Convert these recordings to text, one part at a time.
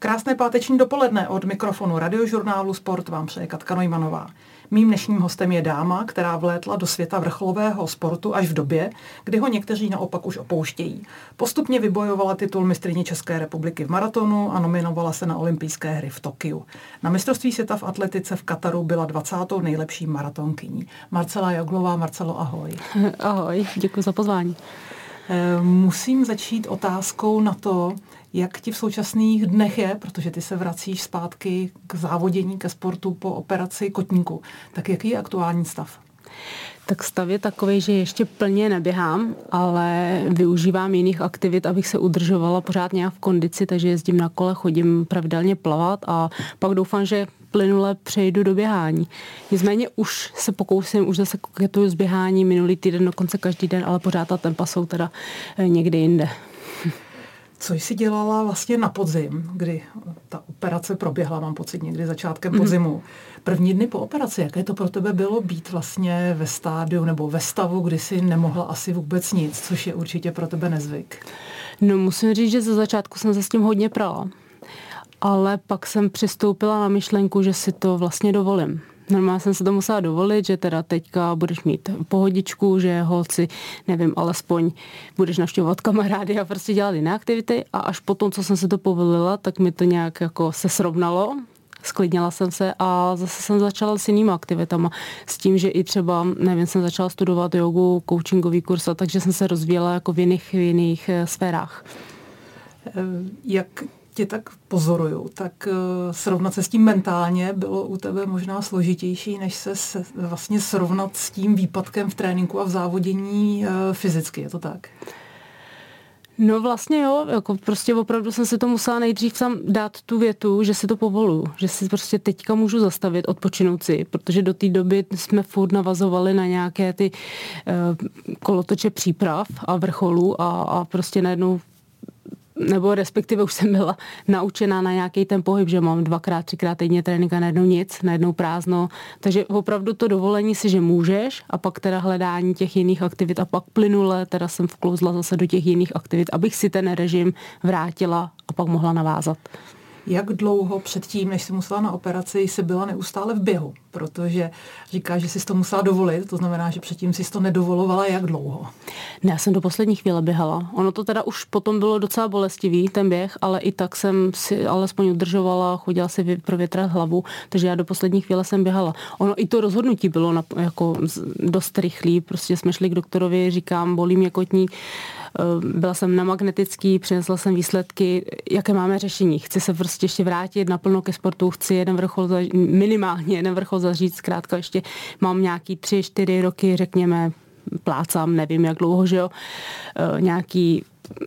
Krásné páteční dopoledne od mikrofonu Radiožurnálu Sport vám přeje Katka Neumannová. Mým dnešním hostem je dáma, která vlétla do světa vrcholového sportu až v době, kdy ho někteří naopak už opouštějí. Postupně vybojovala titul mistryně České republiky v maratonu a nominovala se na olympijské hry v Tokiu. Na mistrovství světa v atletice v Kataru byla 20. nejlepší maratonkyní. Marcela Joglová. Marcelo, ahoj. Ahoj, děkuji za pozvání. Musím začít otázkou na to, jak ti v současných dnech je, protože ty se vracíš zpátky k závodění, ke sportu po operaci kotníku. Tak jaký je aktuální stav? Tak stav je takový, že ještě plně neběhám, ale využívám jiných aktivit, abych se udržovala pořád nějak v kondici, takže jezdím na kole, chodím pravidelně plavat a pak doufám, že plynule přejdu do běhání. Nicméně už se pokusím, už zase koketuju s běháním minulý týden, dokonce každý den, ale pořád ta tempa jsou teda někde jinde. Co jsi dělala vlastně na podzim, kdy ta operace proběhla, mám pocit, někdy začátkem podzimu. První dny po operaci, jaké to pro tebe bylo být vlastně ve stádiu nebo ve stavu, kdy jsi nemohla asi vůbec nic, což je určitě pro tebe nezvyk? No musím říct, že ze začátku jsem se s tím hodně prala, ale pak jsem přistoupila na myšlenku, že si to vlastně dovolím. Normálně jsem se to musela dovolit, že teda teďka budeš mít pohodičku, že holci, nevím, alespoň budeš navštěvovat kamarády a prostě dělat jiné aktivity a až potom, co jsem se to povolila, tak mi to nějak jako se srovnalo, sklidnila jsem se a zase jsem začala s jinými aktivitama. S tím, že i třeba, nevím, jsem začala studovat jogu, coachingový kurz, takže jsem se rozvíjela jako v jiných sférách. Jak tě tak pozoruju, tak srovnat se s tím mentálně bylo u tebe možná složitější, než se vlastně srovnat s tím výpadkem v tréninku a v závodění fyzicky, je to tak? No vlastně jo, jako prostě opravdu jsem si to musela nejdřív sám dát tu větu, že si to povoluju, že si prostě teďka můžu zastavit, odpočinout si, protože do té doby jsme furt navazovali na nějaké ty kolotoče příprav a vrcholů a prostě najednou nebo respektive už jsem byla naučená na nějaký ten pohyb, že mám 2x, 3x týdně trénink a najednou nic, najednou prázdno. Takže opravdu to dovolení si, že můžeš a pak teda hledání těch jiných aktivit a pak plynule teda jsem vklouzla zase do těch jiných aktivit, abych si ten režim vrátila a pak mohla navázat. Jak dlouho předtím, než jsi musela na operaci, jsi byla neustále v běhu? Protože říkáš, že jsi to musela dovolit, to znamená, že předtím jsi to nedovolovala. Jak dlouho? Ne, já jsem do poslední chvíle běhala. Ono to teda už potom bylo docela bolestivý, ten běh, ale i tak jsem si alespoň udržovala, chodila si provětrat hlavu, takže já do poslední chvíle jsem běhala. Ono i to rozhodnutí bylo jako dost rychlý, prostě jsme šli k doktorovi, říkám, bolí mě kotník. Byla jsem na magnetický, přinesla jsem výsledky, jaké máme řešení. Chci se prostě ještě vrátit naplno ke sportu, chci minimálně jeden vrchol zažít, zkrátka ještě mám nějaký 3-4 roky, řekněme, plácám, nevím jak dlouho, že jo, nějaký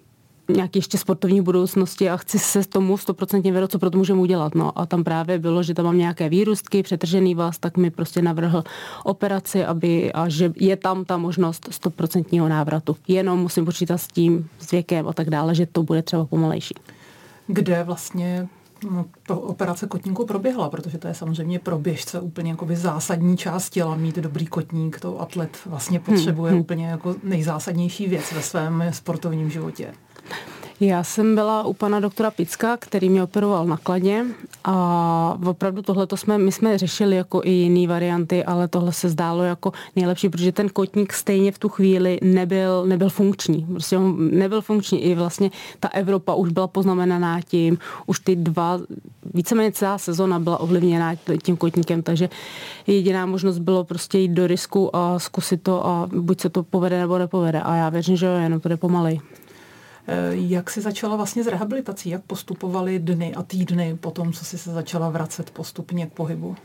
ještě sportovní budoucnosti a chci se tomu 100% vědět, co pro to můžeme udělat. No a tam právě bylo, že tam mám nějaké výrůstky, přetržený vaz, tak mi prostě navrhl operaci, a že je tam ta možnost 100% návratu. Jenom musím počítat s tím, s věkem a tak dále, že to bude třeba pomalejší. Kde vlastně to operace kotníku proběhla, protože to je samozřejmě pro běžce úplně jakoby zásadní část těla, mít dobrý kotník, to atlet vlastně potřebuje úplně jako nejzásadnější věc ve svém sportovním životě. Já jsem byla u pana doktora Picka, který mě operoval na kladě a opravdu tohleto my jsme řešili jako i jiné varianty, ale tohle se zdálo jako nejlepší, protože ten kotník stejně v tu chvíli nebyl funkční. Prostě on nebyl funkční. I vlastně ta Evropa už byla poznamenaná tím, už víceméně celá sezona byla ovlivněná tím kotníkem, takže jediná možnost bylo prostě jít do risku a zkusit to a buď se to povede nebo nepovede. A já věřím, že jo, jenom to jde pomalej. Jak jsi začala vlastně s rehabilitací? Jak postupovaly dny a týdny po tom, co jsi se začala vracet postupně k pohybu?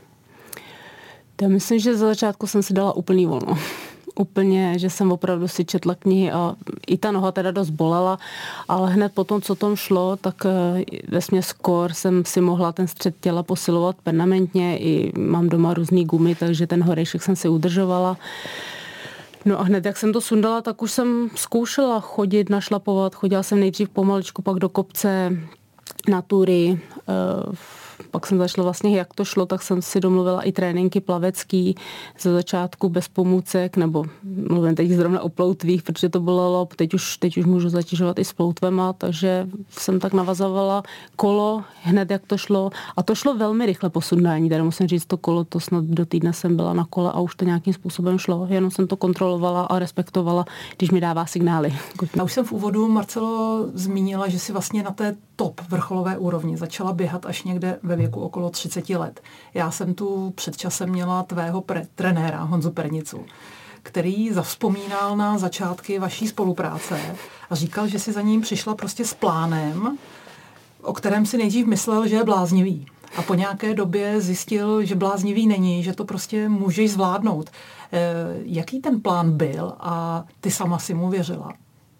Já myslím, že za začátku jsem si dala úplný volno. Úplně, že jsem opravdu si četla knihy a i ta noha teda dost bolela, ale hned potom, co tom šlo, tak vesměs kor jsem si mohla ten střed těla posilovat permanentně, i mám doma různý gumy, takže ten horejšek jsem si udržovala. No a hned, jak jsem to sundala, tak už jsem zkoušela chodit, našlapovat. Chodila jsem nejdřív pomaličku, pak do kopce, na tury. Pak jsem začala vlastně, jak to šlo, tak jsem si domluvila i tréninky plavecký ze začátku bez pomůcek, nebo mluvím teď zrovna o ploutvích, protože to bolelo, teď už můžu zatěžovat i s ploutvema, takže jsem tak navazovala kolo hned, jak to šlo. A to šlo velmi rychle po sundání, tady musím říct, to kolo, to snad do týdne jsem byla na kole a už to nějakým způsobem šlo. Jenom jsem to kontrolovala a respektovala, když mi dává signály. Já už jsem v úvodu, Marcelo, zmínila, že si vlastně na té top vrcholové úrovni začala běhat až někde ve věku okolo 30 let. Já jsem tu před časem měla tvého trenéra Honzu Pernicu, který zavzpomínal na začátky vaší spolupráce a říkal, že si za ním přišla prostě s plánem, o kterém si nejdřív myslel, že je bláznivý. A po nějaké době zjistil, že bláznivý není, že to prostě můžeš zvládnout. Jaký ten plán byl a ty sama si mu věřila?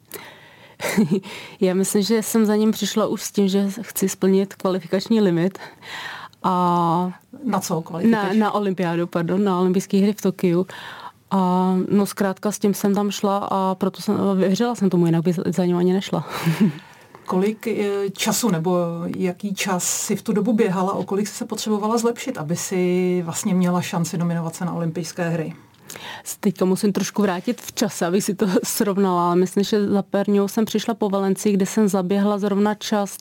Já myslím, že jsem za ním přišla už s tím, že chci splnit kvalifikační limit. A na co kvalifikační? Na olympiádu, na olympijské hry v Tokiu. A no zkrátka s tím jsem tam šla a proto věřila jsem tomu, jinak by za ním ani nešla. Kolik času nebo jaký čas si v tu dobu běhala, o kolik jsi se potřebovala zlepšit, aby si vlastně měla šanci nominovat se na olympijské hry? Teďka musím trošku vrátit v čase, abych si to srovnala, ale myslím, že za Perňou jsem přišla po Valencii, kde jsem zaběhla zrovna čas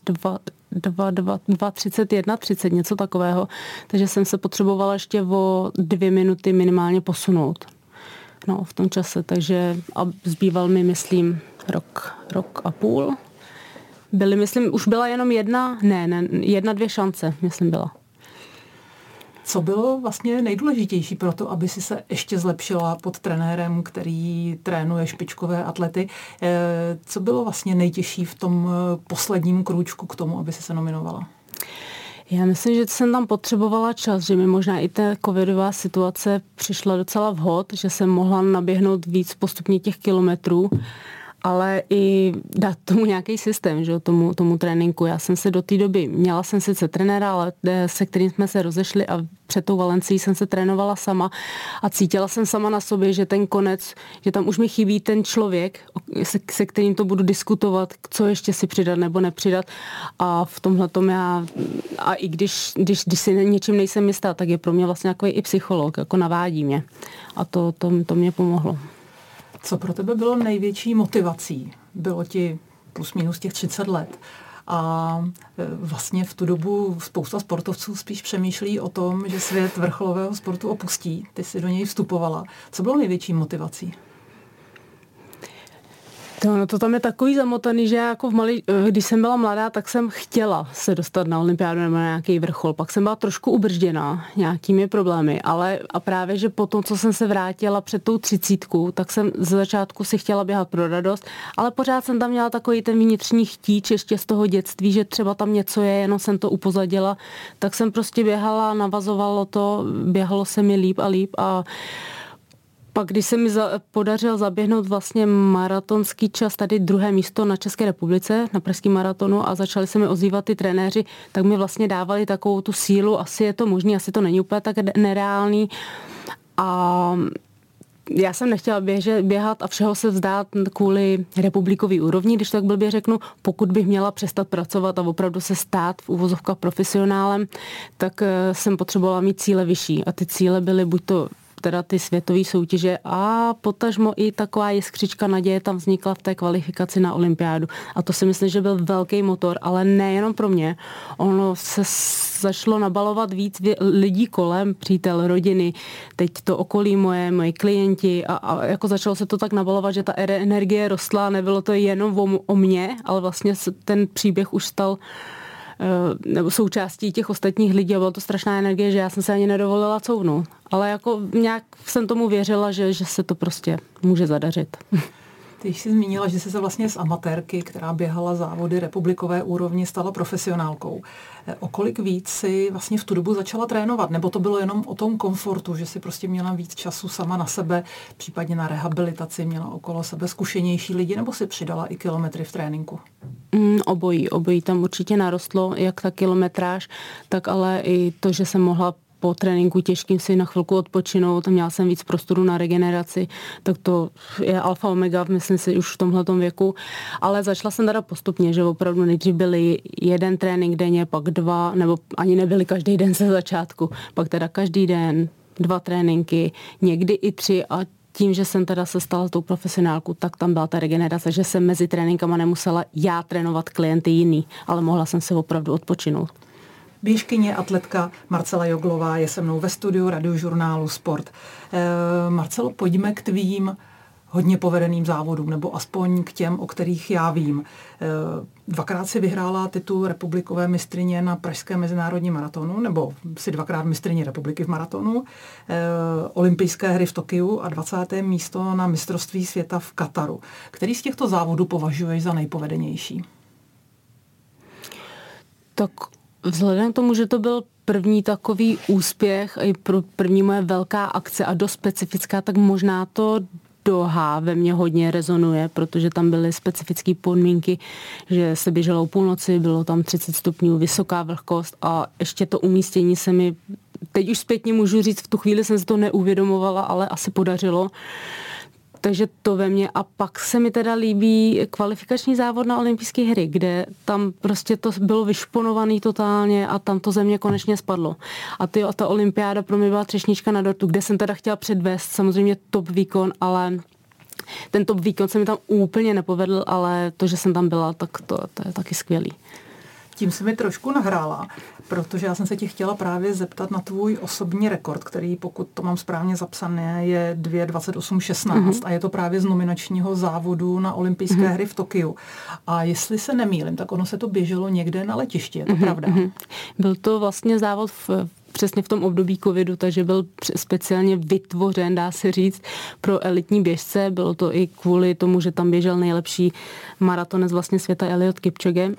2:31:30, něco takového, takže jsem se potřebovala ještě o 2 minuty minimálně posunout. No, v tom čase, takže a zbýval mi, myslím, rok a půl. Už byla jenom jedna, dvě šance, myslím, byla. Co bylo vlastně nejdůležitější pro to, aby si se ještě zlepšila pod trenérem, který trénuje špičkové atlety? Co bylo vlastně nejtěžší v tom posledním krůčku k tomu, aby si se nominovala? Já myslím, že jsem tam potřebovala čas, že mi možná i ta covidová situace přišla docela vhod, že jsem mohla naběhnout víc postupně těch kilometrů, ale i dát tomu nějaký systém, že, tomu tréninku. Já jsem se do té doby, měla jsem sice trenéra, ale se kterým jsme se rozešli a před tou Valencií jsem se trénovala sama a cítila jsem sama na sobě, že ten konec, že tam už mi chybí ten člověk, se kterým to budu diskutovat, co ještě si přidat nebo nepřidat. A v tomhletom a i když si něčím nejsem jistá, tak je pro mě vlastně takový i psycholog, jako navádí mě. A to mě pomohlo. Co pro tebe bylo největší motivací? Bylo ti plus minus těch 30 let. A vlastně v tu dobu spousta sportovců spíš přemýšlí o tom, že svět vrcholového sportu opustí. Ty jsi do něj vstupovala. Co bylo největší motivací? To tam je takový zamotaný, že jako když jsem byla mladá, tak jsem chtěla se dostat na olympiádu nebo na nějaký vrchol. Pak jsem byla trošku ubržděná nějakými problémy, ale a právě, že po tom, co jsem se vrátila před tou 30, tak jsem ze začátku si chtěla běhat pro radost, ale pořád jsem tam měla takový ten vnitřní chtíč ještě z toho dětství, že třeba tam něco je, jenom jsem to upozadila, tak jsem prostě běhala, navazovalo to, běhalo se mi líp a pak, když se mi podařil zaběhnout vlastně maratonský čas, tady 2. místo na České republice, na pražském maratonu a začali se mi ozývat ty trenéři, tak mi vlastně dávali takovou tu sílu, asi je to možný, asi to není úplně tak nereálný. A já jsem nechtěla běhat a všeho se vzdát kvůli republikový úrovni, když tak blbě řeknu, pokud bych měla přestat pracovat a opravdu se stát v uvozovkách profesionálem, tak jsem potřebovala mít cíle vyšší. A ty cíle byly buď to teda ty světové soutěže a potažmo i taková jiskřička naděje tam vznikla v té kvalifikaci na olympiádu. A to si myslím, že byl velký motor, ale nejenom pro mě. Ono se začalo nabalovat víc lidí kolem, přítel, rodiny, teď to okolí moji klienti a jako začalo se to tak nabalovat, že ta energie rostla, nebylo to jenom o mně, ale vlastně ten příběh už stal nebo součástí těch ostatních lidí a byla to strašná energie, že já jsem se ani nedovolila couvnout. Ale jako nějak jsem tomu věřila, že se to prostě může zadařit. Ty jsi zmínila, že jsi se vlastně z amatérky, která běhala závody republikové úrovni, stala profesionálkou. O kolik víc si vlastně v tu dobu začala trénovat? Nebo to bylo jenom o tom komfortu, že si prostě měla víc času sama na sebe, případně na rehabilitaci, měla okolo sebe zkušenější lidi, nebo si přidala i kilometry v tréninku? Obojí tam určitě narostlo, jak ta kilometráž, tak ale i to, že jsem mohla po tréninku těžkým si na chvilku odpočinout, měla jsem víc prostoru na regeneraci, tak to je alfa omega, myslím si, už v tomhletom věku. Ale začala jsem teda postupně, že opravdu nejdřív byly jeden trénink denně, pak 2, nebo ani nebyly každý den ze začátku, pak teda každý den 2 tréninky, někdy i 3 a tím, že jsem teda se stala tou profesionálku, tak tam byla ta regenerace, že jsem mezi tréninkama nemusela já trénovat klienty jiný, ale mohla jsem se opravdu odpočinout. Běžkyně, atletka Marcela Joglová je se mnou ve studiu Radiožurnálu Sport. Marcelo, pojďme k tvým hodně povedeným závodům, nebo aspoň k těm, o kterých já vím. 2krát si vyhrála titul republikové mistryně na pražském mezinárodním maratonu, nebo si 2krát mistryně republiky v maratonu, olympijské hry v Tokiu a 20. místo na mistrovství světa v Kataru. Který z těchto závodů považuješ za nejpovedenější? Tak vzhledem k tomu, že to byl první takový úspěch i pro první moje velká akce a dost specifická, tak možná to Doha ve mně hodně rezonuje, protože tam byly specifické podmínky, že se běželo o půlnoci, bylo tam 30 stupňů, vysoká vlhkost a ještě to umístění se mi, teď už zpětně můžu říct, v tu chvíli jsem si to neuvědomovala, ale asi podařilo. Takže to ve mně. A pak se mi teda líbí kvalifikační závod na olympijské hry, kde tam prostě to bylo vyšponovaný totálně a tam to ze mě konečně spadlo. A ta olympiáda pro mě byla třešnička na dortu, kde jsem teda chtěla předvést samozřejmě top výkon, ale ten top výkon se mi tam úplně nepovedl, ale to, že jsem tam byla, tak to je taky skvělý. Tím se mi trošku nahrála, protože já jsem se tě chtěla právě zeptat na tvůj osobní rekord, který, pokud to mám správně zapsané, je 2:28:16 a je to právě z nominačního závodu na olympijské hry v Tokiu. A jestli se nemýlim, tak ono se to běželo někde na letišti, je to pravda? Byl to vlastně závod přesně v tom období covidu, takže byl speciálně vytvořen, dá se říct, pro elitní běžce. Bylo to i kvůli tomu, že tam běžel nejlepší maratonec vlastně světa Eliud Kipchoge.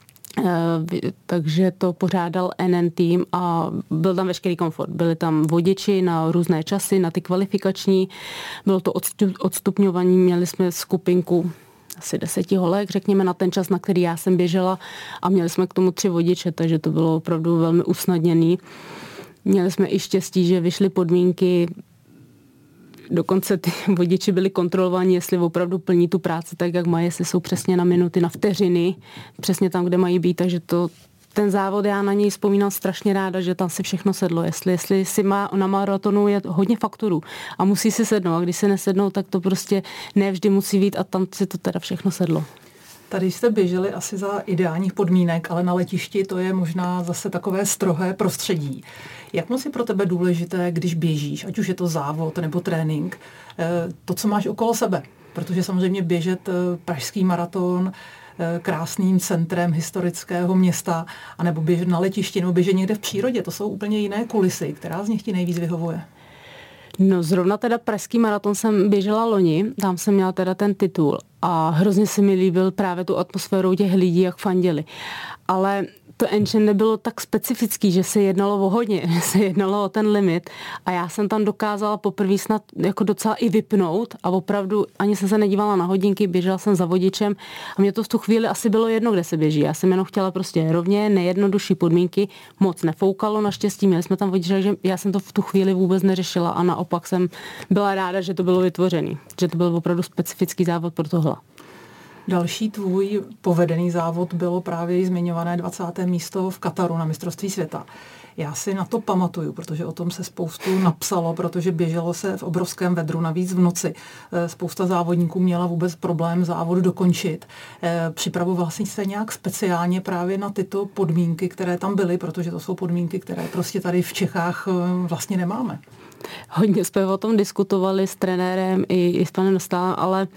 Takže to pořádal NN tým a byl tam veškerý komfort. Byli tam vodiči na různé časy, na ty kvalifikační. Bylo to odstupňovaní, měli jsme skupinku asi 10 holek, řekněme, na ten čas, na který já jsem běžela a měli jsme k tomu 3 vodiče, takže to bylo opravdu velmi usnadněný. Měli jsme i štěstí, že vyšly podmínky, dokonce ty vodiči byli kontrolováni, jestli opravdu plní tu práci tak, jak mají, jestli jsou přesně na minuty, na vteřiny, přesně tam, kde mají být, takže ten závod, já na něj vzpomínám strašně ráda, že tam si všechno sedlo. Jestli si má na maratonu je hodně faktorů a musí si sednout a když se nesednou, tak to prostě nevždy musí být a tam si to teda všechno sedlo. Tady jste běželi asi za ideálních podmínek, ale na letišti to je možná zase takové strohé prostředí. Jak moc je pro tebe důležité, když běžíš, ať už je to závod nebo trénink, to, co máš okolo sebe? Protože samozřejmě běžet pražský maraton krásným centrem historického města, anebo běžet na letišti, nebo běžet někde v přírodě, to jsou úplně jiné kulisy. Která z nich ti nejvíc vyhovuje? No zrovna teda pražský maraton jsem běžela loni, tam jsem měla teda ten titul a hrozně se mi líbil právě tu atmosférou těch lidí, jak fandili. Ale to engine nebylo tak specifický, že se jednalo o hodně, že se jednalo o ten limit a já jsem tam dokázala poprvé snad jako docela i vypnout a opravdu ani jsem se nedívala na hodinky, běžela jsem za vodičem a mě to v tu chvíli asi bylo jedno, kde se běží. Já jsem jenom chtěla prostě rovně, nejjednodušší podmínky, moc nefoukalo naštěstí, měli jsme tam vodiče, že já jsem to v tu chvíli vůbec neřešila a naopak jsem byla ráda, že to bylo vytvořený, že to byl opravdu specifický závod pro tohle. Další tvůj povedený závod bylo právě zmiňované 20. místo v Kataru na mistrovství světa. Já si na to pamatuju, protože o tom se spoustu napsalo, protože běželo se v obrovském vedru, navíc v noci. Spousta závodníků měla vůbec problém závod dokončit. Připravoval jsi se nějak speciálně právě na tyto podmínky, které tam byly, protože to jsou podmínky, které prostě tady v Čechách vlastně nemáme. Hodně jsme o tom diskutovali s trenérem i s panem Dostálem, ale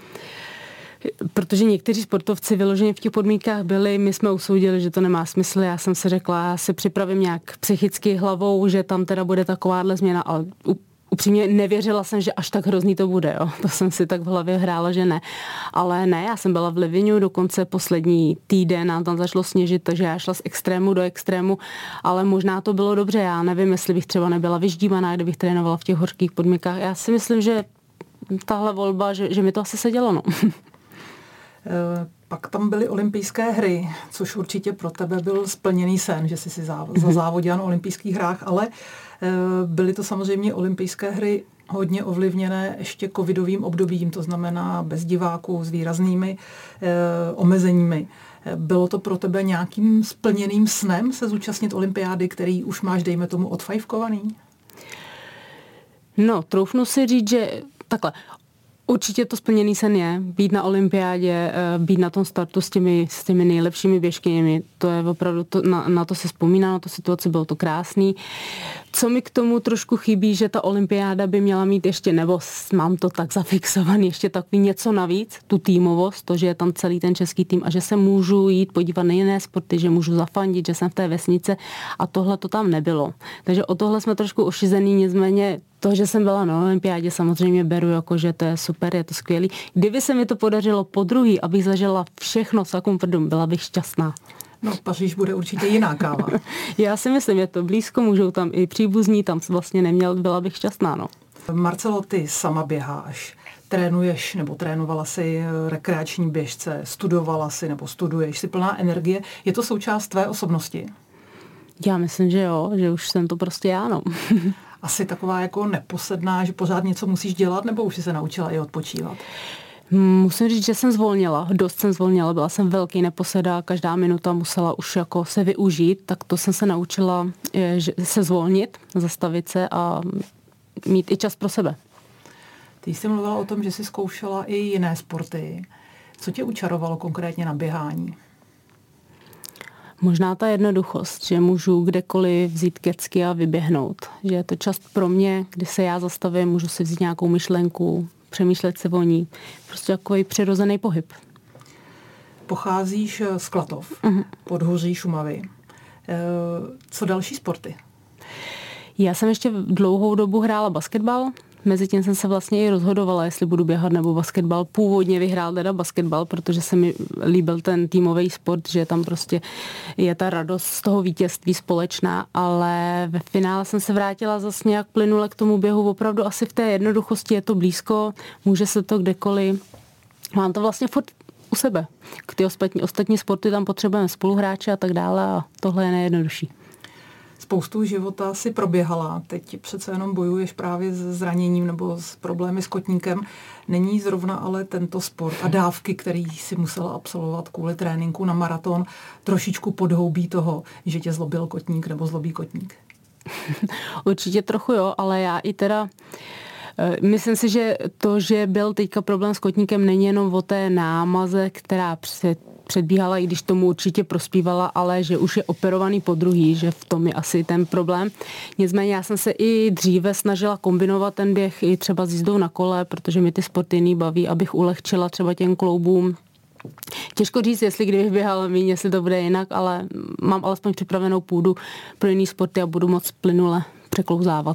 protože někteří sportovci vyloženě v těch podmínkách byli, my jsme usoudili, že to nemá smysl. Já jsem si řekla, já si připravím nějak psychicky hlavou, že tam teda bude takováhle změna, ale upřímně nevěřila jsem, že až tak hrozný to bude. Jo. To jsem si tak v hlavě hrála, že ne. Ale ne, já jsem byla v Livignu, dokonce poslední týden nám tam začalo sněžit, takže já šla z extrému do extrému, ale možná to bylo dobře. Já nevím, jestli bych třeba nebyla vyždímaná, kdybych trénovala v těch horkých podmínkách. Já si myslím, že tahle volba, že mi to asi sedělo, no. Pak tam byly olympijské hry, což určitě pro tebe byl splněný sen, že jsi si zazávodila na olympijských hrách, ale byly to samozřejmě olympijské hry hodně ovlivněné ještě covidovým obdobím, to znamená bez diváků, s výraznými omezeními. Bylo to pro tebe nějakým splněným snem se zúčastnit olympiády, který už máš, dejme tomu, odfajfkovaný? No, troufnu si říct, že takhle. Určitě to splněný sen je. Být na olympiádě, být na tom startu s těmi nejlepšími běžkyněmi. To je opravdu, na to se vzpomíná, na tu situaci, bylo to krásný. Co mi k tomu trošku chybí, že ta olympiáda by měla mít ještě, nebo mám to tak zafixovaný, ještě takový něco navíc, tu týmovost, to, že je tam celý ten český tým a že se můžu jít podívat na jiné sporty, že můžu zafandit, že jsem v té vesnice a tohle to tam nebylo. Takže o tohle jsme trošku ošizený, nicméně to, že jsem byla na olympiádě, samozřejmě beru jako, že to je super, je to skvělý. Kdyby se mi to podařilo podruhý, abych zažila všechno s akým prdům, byla bych šťastná. No, Paříž bude určitě jiná káva. Já si myslím, je to blízko, můžou tam i příbuzní, tam vlastně neměl, byla bych šťastná, no. Marcelo, ty sama běháš, trénuješ nebo trénovala si rekreační běžce, studovala si nebo studuješ, jsi plná energie. Je to součást tvé osobnosti? Já myslím, že jo, že už jsem to prostě já, no. Asi taková jako neposedná, že pořád něco musíš dělat, nebo už jsi se naučila i odpočívat? Musím říct, že jsem zvolnila, dost jsem zvolnila, byla jsem velký neposedá, každá minuta musela už jako se využít, tak to jsem se naučila se zvolnit, zastavit se a mít i čas pro sebe. Ty jsi mluvila o tom, že jsi zkoušela i jiné sporty. Co tě učarovalo konkrétně na běhání? Možná ta jednoduchost, že můžu kdekoliv vzít kecky a vyběhnout. Že je to čas pro mě, kdy se já zastavím, můžu si vzít nějakou myšlenku, přemýšlet se o ní. Prostě takový přirozený pohyb. Pocházíš z Klatov, podhoří Šumavy. Co další sporty? Já jsem ještě dlouhou dobu hrála basketbal. Mezitím jsem se vlastně i rozhodovala, jestli budu běhat nebo basketbal. Původně vyhrál teda basketbal, protože se mi líbil ten týmový sport, že tam prostě je ta radost z toho vítězství společná, ale ve finále jsem se vrátila zase nějak plynule k tomu běhu. Opravdu asi v té jednoduchosti je to blízko, může se to kdekoliv. Mám to vlastně furt u sebe. K ty ostatní sporty tam potřebujeme spoluhráče a tak dále a tohle je nejjednodušší. Spoustu života si proběhala, teď přece jenom bojuješ právě s zraněním nebo s problémy s kotníkem. Není zrovna ale tento sport a dávky, který si musela absolvovat kvůli tréninku na maraton, trošičku podhoubí toho, že tě zlobil kotník nebo zlobí kotník? Určitě trochu jo, ale já i teda myslím si, že to, že byl teďka problém s kotníkem, není jenom o té námaze, která předbíhala, i když tomu určitě prospívala, ale že už je operovaný podruhý, že v tom je asi ten problém. Nicméně já jsem se i dříve snažila kombinovat ten běh i třeba s jízdou na kole, protože mi ty sporty jiný baví, abych ulehčila třeba těm kloubům. Těžko říct, jestli kdybych běhala míň, jestli to bude jinak, ale mám alespoň připravenou půdu pro jiný sporty a budu moc plynule překlouzávat.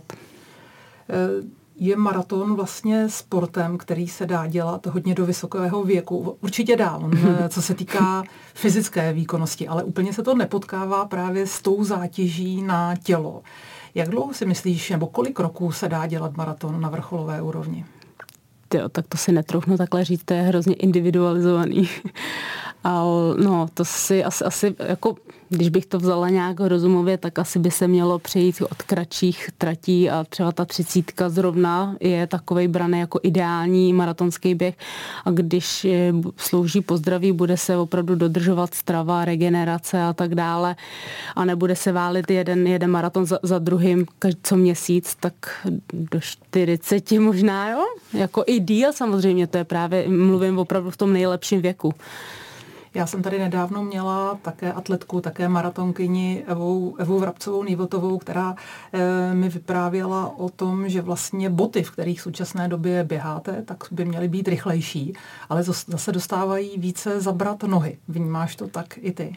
Je maraton vlastně sportem, který se dá dělat hodně do vysokého věku. Určitě dá, co se týká fyzické výkonnosti, ale úplně se to nepotkává právě s tou zátěží na tělo. Jak dlouho si myslíš, nebo kolik roků se dá dělat maraton na vrcholové úrovni? Jo, tak to si netroufnu takhle říct, to je hrozně individualizovaný. Ale no, to si asi jako, když bych to vzala nějak rozumově, tak asi by se mělo přejít od kratších tratí a třeba ta 30 zrovna je takovej braný jako ideální maratonský běh a když slouží po zdraví, bude se opravdu dodržovat strava, regenerace a tak dále a nebude se válit jeden maraton za druhým co měsíc, tak do 40 možná, jo? Jako i díl samozřejmě, to je právě, mluvím opravdu v tom nejlepším věku. Já jsem tady nedávno měla také atletku, také maratonkyni Evu Vrabcovou-Nývotovou, která mi vyprávěla o tom, že vlastně boty, v kterých v současné době běháte, tak by měly být rychlejší, ale zase dostávají více zabrat nohy. Vnímáš to tak i ty?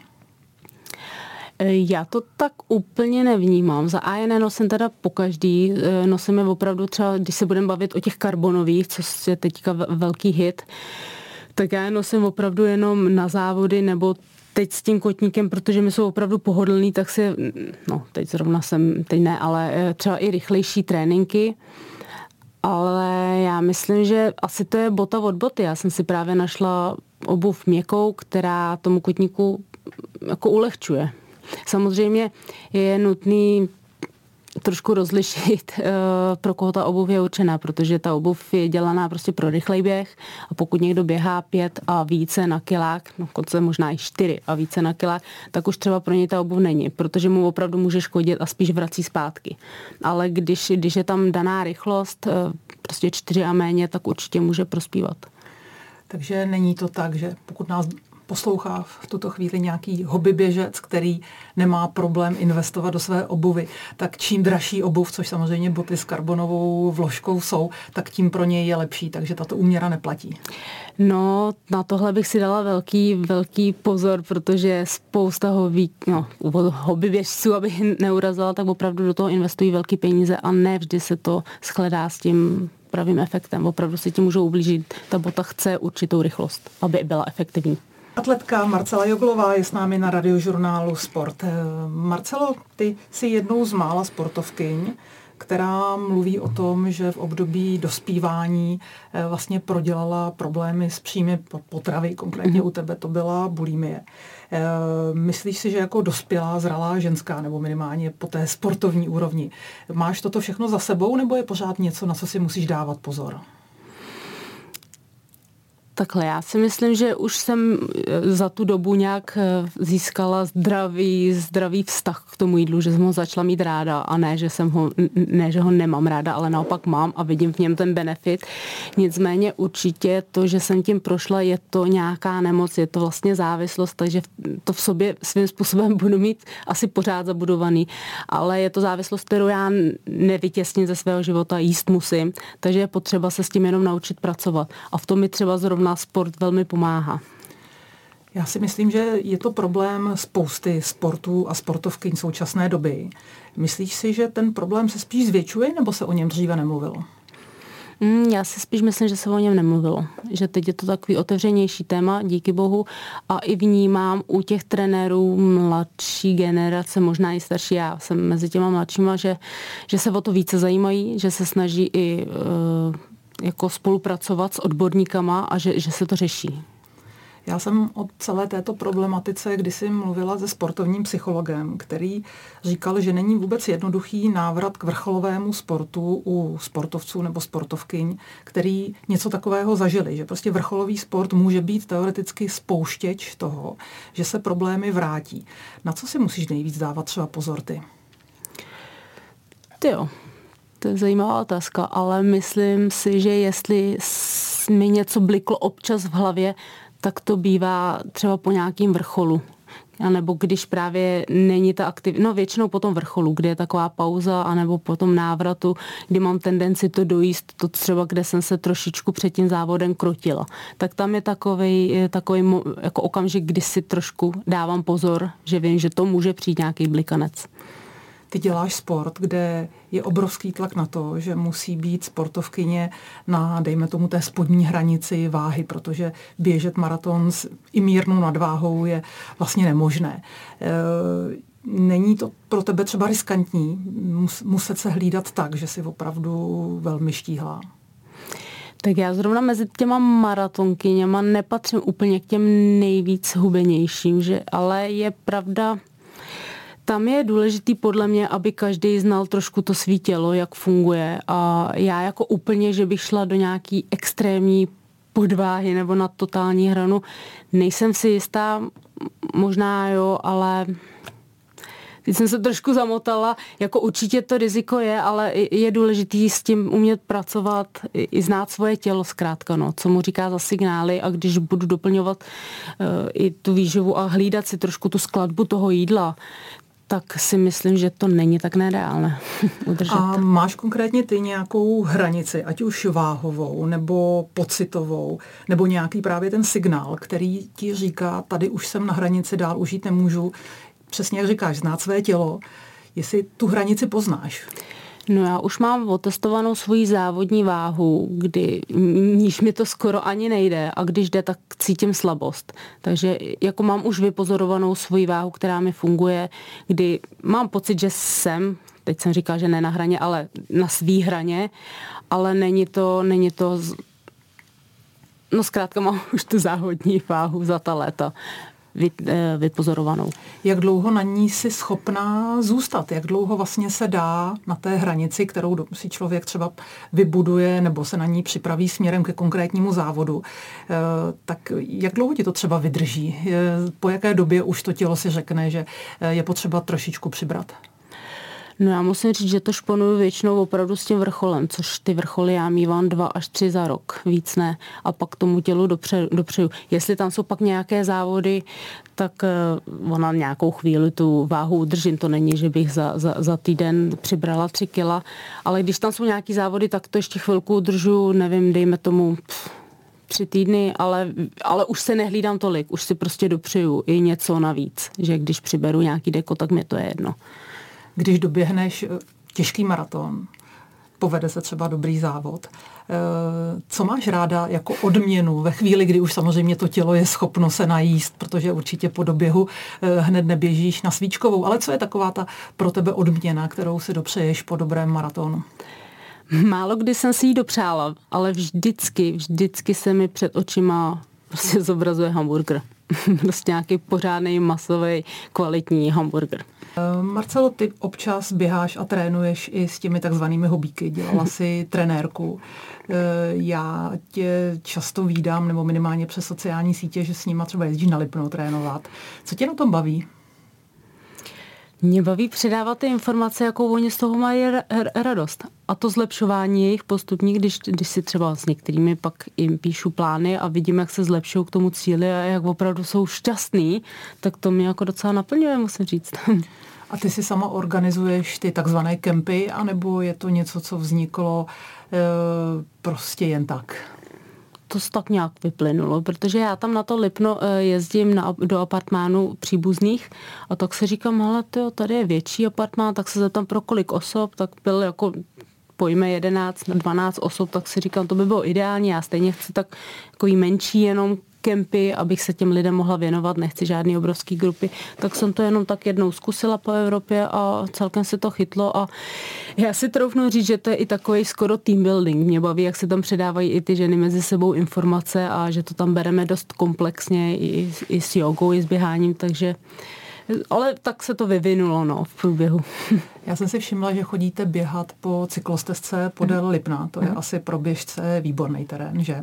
Já to tak úplně nevnímám. Za A je nenosím teda pokaždý. Nosíme opravdu třeba, když se budeme bavit o těch karbonových, což je teďka velký hit, tak já je nosím opravdu jenom na závody nebo teď s tím kotníkem, protože mi jsou opravdu pohodlný, tak si, no teď zrovna teď ne, ale třeba i rychlejší tréninky. Ale já myslím, že asi to je bota od boty. Já jsem si právě našla obuv měkkou, která tomu kotníku jako ulehčuje. Samozřejmě je nutný trošku rozlišit, pro koho ta obuv je určená, protože ta obuv je dělaná prostě pro rychlej běh a pokud někdo běhá 5 a více na kilák, dokonce možná i 4 a více na kilák, tak už třeba pro něj ta obuv není, protože mu opravdu může škodit a spíš vrací zpátky. Ale když je tam daná rychlost, prostě 4 a méně, tak určitě může prospívat. Takže není to tak, že pokud nás poslouchá v tuto chvíli nějaký hobbyběžec, který nemá problém investovat do své obuvy, tak čím dražší obuv, což samozřejmě boty s karbonovou vložkou jsou, tak tím pro něj je lepší, takže tato úměra neplatí. Na tohle bych si dala velký pozor, protože spousta hobbyběžců, abych neurazila, tak opravdu do toho investují velký peníze a ne vždy se to shledá s tím pravým efektem. Opravdu si tím můžou ublížit. Ta bota chce určitou rychlost, aby byla efektivní. Atletka Marcela Joglová je s námi na Radiožurnálu Sport. Marcelo, ty jsi jednou z mála sportovkyň, která mluví o tom, že v období dospívání vlastně prodělala problémy s příjmy potravy, konkrétně u tebe to byla bulimie. Myslíš si, že jako dospělá, zralá ženská, nebo minimálně po té sportovní úrovni, máš toto všechno za sebou, nebo je pořád něco, na co si musíš dávat pozor? Takhle, já si myslím, že už jsem za tu dobu nějak získala zdravý vztah k tomu jídlu, že jsem ho začala mít ráda a ne, že ho nemám ráda, ale naopak mám a vidím v něm ten benefit. Nicméně určitě to, že jsem tím prošla, je to nějaká nemoc, je to vlastně závislost, takže to v sobě svým způsobem budu mít asi pořád zabudovaný, ale je to závislost, kterou já nevytěsním ze svého života, jíst musím, takže je potřeba se s tím jenom naučit pracovat. A v tom mi třeba zrovna sport velmi pomáhá. Já si myslím, že je to problém spousty sportů a sportovkyň současné doby. Myslíš si, že ten problém se spíš zvětšuje, nebo se o něm dříve nemluvilo? Já si spíš myslím, že se o něm nemluvilo. Že teď je to takový otevřenější téma, díky bohu. A i vnímám u těch trenérů mladší generace, možná i starší, já jsem mezi těma mladšíma, že se o to více zajímají, že se snaží i jako spolupracovat s odborníkama a že se to řeší. Já jsem o celé této problematice kdysi mluvila se sportovním psychologem, který říkal, že není vůbec jednoduchý návrat k vrcholovému sportu u sportovců nebo sportovkyň, který něco takového zažili. Že prostě vrcholový sport může být teoreticky spouštěč toho, že se problémy vrátí. Na co si musíš nejvíc dávat třeba pozor ty? To je zajímavá otázka, ale myslím si, že jestli mi něco bliklo občas v hlavě, tak to bývá třeba po nějakým vrcholu. A nebo když právě není ta aktivita, většinou po tom vrcholu, kde je taková pauza, anebo po tom návratu, kdy mám tendenci to dojíst, to třeba, kde jsem se trošičku před tím závodem krotila. Tak tam je takový jako okamžik, kdy si trošku dávám pozor, že vím, že to může přijít nějaký blikanec. Ty děláš sport, kde je obrovský tlak na to, že musí být sportovkyně na, dejme tomu, té spodní hranici váhy, protože běžet maraton s i mírnou nadváhou je vlastně nemožné. Není to pro tebe třeba riskantní muset se hlídat tak, že jsi opravdu velmi štíhlá? Tak já zrovna mezi těma maratonkyněma nepatřím úplně k těm nejvíc hubenějším, ale je pravda, tam je důležitý podle mě, aby každý znal trošku to svý tělo, jak funguje. A já jako úplně, že bych šla do nějaký extrémní podváhy nebo na totální hranu, nejsem si jistá, možná jo, ale teď jsem se trošku zamotala, jako určitě to riziko je, ale je důležitý s tím umět pracovat, i znát svoje tělo zkrátka, co mu říká za signály a když budu doplňovat i tu výživu a hlídat si trošku tu skladbu toho jídla, tak si myslím, že to není tak nereálné udržet. A máš konkrétně ty nějakou hranici, ať už váhovou, nebo pocitovou, nebo nějaký právě ten signál, který ti říká, tady už jsem na hranici, dál už jít nemůžu. Přesně jak říkáš, znát své tělo, jestli tu hranici poznáš. Já už mám otestovanou svoji závodní váhu, kdy níž mi to skoro ani nejde a když jde, tak cítím slabost. Takže jako mám už vypozorovanou svoji váhu, která mi funguje, kdy mám pocit, že teď jsem říkala, že ne na hraně, ale na svý hraně, ale není to No zkrátka mám už tu závodní váhu za ta léta vypozorovanou. Jak dlouho na ní si schopná zůstat? Jak dlouho vlastně se dá na té hranici, kterou si člověk třeba vybuduje nebo se na ní připraví směrem ke konkrétnímu závodu, tak jak dlouho ti to třeba vydrží? Po jaké době už to tělo si řekne, že je potřeba trošičku přibrat? No já musím říct, že to šponuju většinou opravdu s tím vrcholem, což ty vrcholy já mívám 2 až 3 za rok, víc ne. A pak tomu tělu dopřeju. Jestli tam jsou pak nějaké závody, tak ona nějakou chvíli tu váhu udržím. To není, že bych za týden přibrala 3 kila, ale když tam jsou nějaký závody, tak to ještě chvilku udržu, nevím, dejme tomu 3 týdny, ale už se nehlídám tolik, už si prostě dopřeju i něco navíc, že když přiberu nějaký deko, tak mi to je jedno. Když doběhneš těžký maraton, povede se třeba dobrý závod, co máš ráda jako odměnu ve chvíli, kdy už samozřejmě to tělo je schopno se najíst, protože určitě po doběhu hned neběžíš na svíčkovou, ale co je taková ta pro tebe odměna, kterou si dopřeješ po dobrém maratonu? Málo kdy jsem si ji dopřála, ale vždycky se mi před očima prostě zobrazuje hamburger. Prostě nějaký pořádný, masový, kvalitní hamburger. Marcelo, ty občas běháš a trénuješ i s těmi takzvanými hobíky. Dělala jsi trenérku. Já tě často vídám, nebo minimálně přes sociální sítě, že s nima třeba jezdíš na Lipno trénovat. Co tě na tom baví? Mě baví předávat ty informace, jakou oni z toho mají radost. A to zlepšování jejich postupní, když si třeba s některými pak jim píšu plány a vidím, jak se zlepšují k tomu cíli a jak opravdu jsou šťastný, tak to mě jako docela naplňuje, musím říct. A ty si sama organizuješ ty takzvané kempy, anebo je to něco, co vzniklo prostě jen tak? To tak nějak vyplynulo, protože já tam na to Lipno jezdím do apartmánů příbuzných a tak se říkám, hele, tady je větší apartmán, tak se zeptám pro kolik osob, tak byl jako pojme 11 na 12 osob, tak si říkám, to by bylo ideální, já stejně chci tak jako menší jenom kempy, abych se těm lidem mohla věnovat, nechci žádný obrovský grupy, tak jsem to jenom tak jednou zkusila po Evropě a celkem se to chytlo a já si troufnu říct, že to je i takový skoro team building. Mě baví, jak se tam předávají i ty ženy mezi sebou informace a že to tam bereme dost komplexně i s jogou, i s běháním, takže ale tak se to vyvinulo v průběhu. Já jsem si všimla, že chodíte běhat po cyklostezce podél Lipna. To je asi pro běžce výborný terén, že?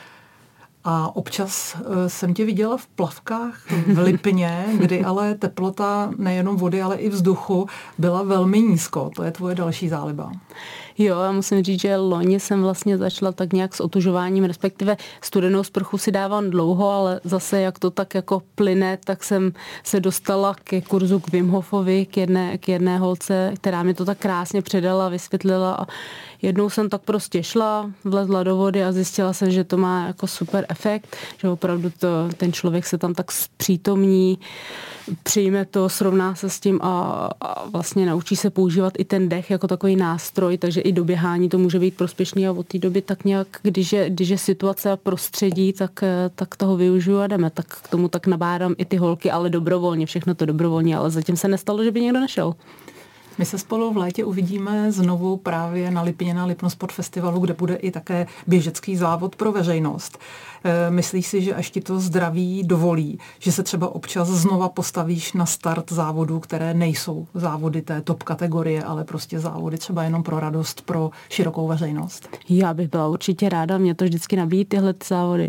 A občas jsem tě viděla v plavkách v Lipně, kdy ale teplota nejenom vody, ale i vzduchu byla velmi nízko. To je tvoje další záliba. Jo, já musím říct, že loni jsem vlastně začala tak nějak s otužováním, respektive studenou sprchu si dávám dlouho, ale zase jak to tak jako plyne, tak jsem se dostala ke kurzu k Wim Hofovi, k jedné holce, která mi to tak krásně předala, vysvětlila a jednou jsem tak prostě šla, vlezla do vody a zjistila jsem, že to má jako super efekt, že opravdu ten člověk se tam tak zpřítomní, přijme to, srovná se s tím a vlastně naučí se používat i ten dech jako takový nástroj, takže i do běhání to může být prospěšný a od té doby tak nějak, když je situace a prostředí, tak toho využiju a jdeme. Tak k tomu tak nabádám i ty holky, ale dobrovolně, všechno to dobrovolně, ale zatím se nestalo, že by někdo nešel. My se spolu v létě uvidíme znovu právě na Lipně na Lipno Sport Festivalu, kde bude i také běžecký závod pro veřejnost. Myslíš si, že až ti to zdraví dovolí, že se třeba občas znova postavíš na start závodů, které nejsou závody té top kategorie, ale prostě závody třeba jenom pro radost, pro širokou veřejnost? Já bych byla určitě ráda, mě to vždycky nabíjí tyhle závody.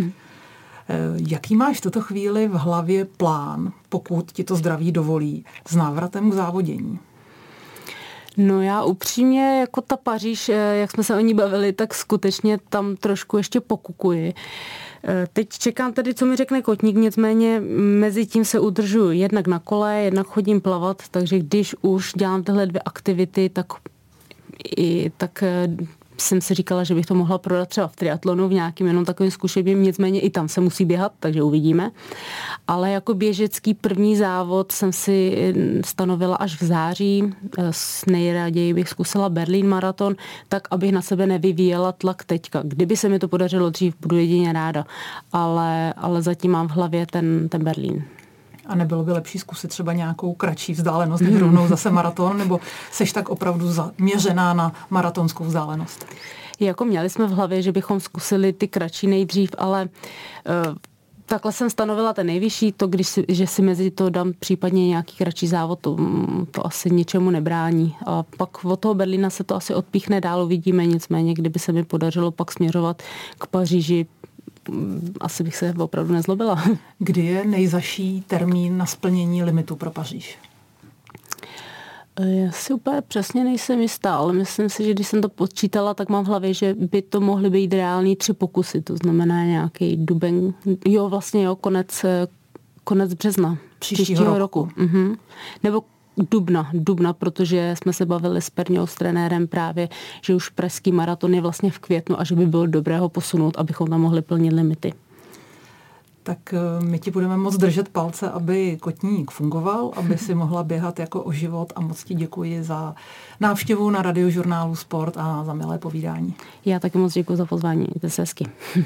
Jaký máš v tuto chvíli v hlavě plán, pokud ti to zdraví dovolí, s návratem k závodění? No já upřímně, jako ta Paříž, jak jsme se o ní bavili, tak skutečně tam trošku ještě pokukuji. Teď čekám tedy, co mi řekne kotník, nicméně mezi tím se udržuji jednak na kole, jednak chodím plavat, takže když už dělám tyhle 2 aktivity, tak jsem si říkala, že bych to mohla prodat třeba v triatlonu, v nějakým jenom takovým zkušebním, nicméně i tam se musí běhat, takže uvidíme. Ale jako běžecký první závod jsem si stanovila až v září. Nejraději bych zkusila Berlín maraton, tak abych na sebe nevyvíjela tlak teďka. Kdyby se mi to podařilo dřív, budu jedině ráda. Ale zatím mám v hlavě ten Berlín. A nebylo by lepší zkusit třeba nějakou kratší vzdálenost, než rovnou zase maraton, nebo seš tak opravdu zaměřená na maratonskou vzdálenost? Jako měli jsme v hlavě, že bychom zkusili ty kratší nejdřív, ale takhle jsem stanovila ten nejvyšší, to že si mezi to dám případně nějaký kratší závod, to asi ničemu nebrání. A pak od toho Berlína se to asi odpíchne dál, uvidíme, nicméně, kdyby se mi podařilo pak směřovat k Paříži, asi bych se opravdu nezlobila. Kdy je nejzazší termín na splnění limitu pro Paříž? Já si úplně přesně nejsem jistá, ale myslím si, že když jsem to počítala, tak mám v hlavě, že by to mohly být reální 3 pokusy, to znamená nějaký duben, konec března příštího roku. Nebo dubna, protože jsme se bavili s Perňou, s trenérem právě, že už pražský maraton je vlastně v květnu a že by bylo dobré ho posunout, abychom tam mohli plnit limity. Tak my ti budeme moc držet palce, aby kotník fungoval, aby si mohla běhat jako o život a moc ti děkuji za návštěvu na Radiožurnálu Sport a za milé povídání. Já taky moc děkuji za pozvání, to se hezky.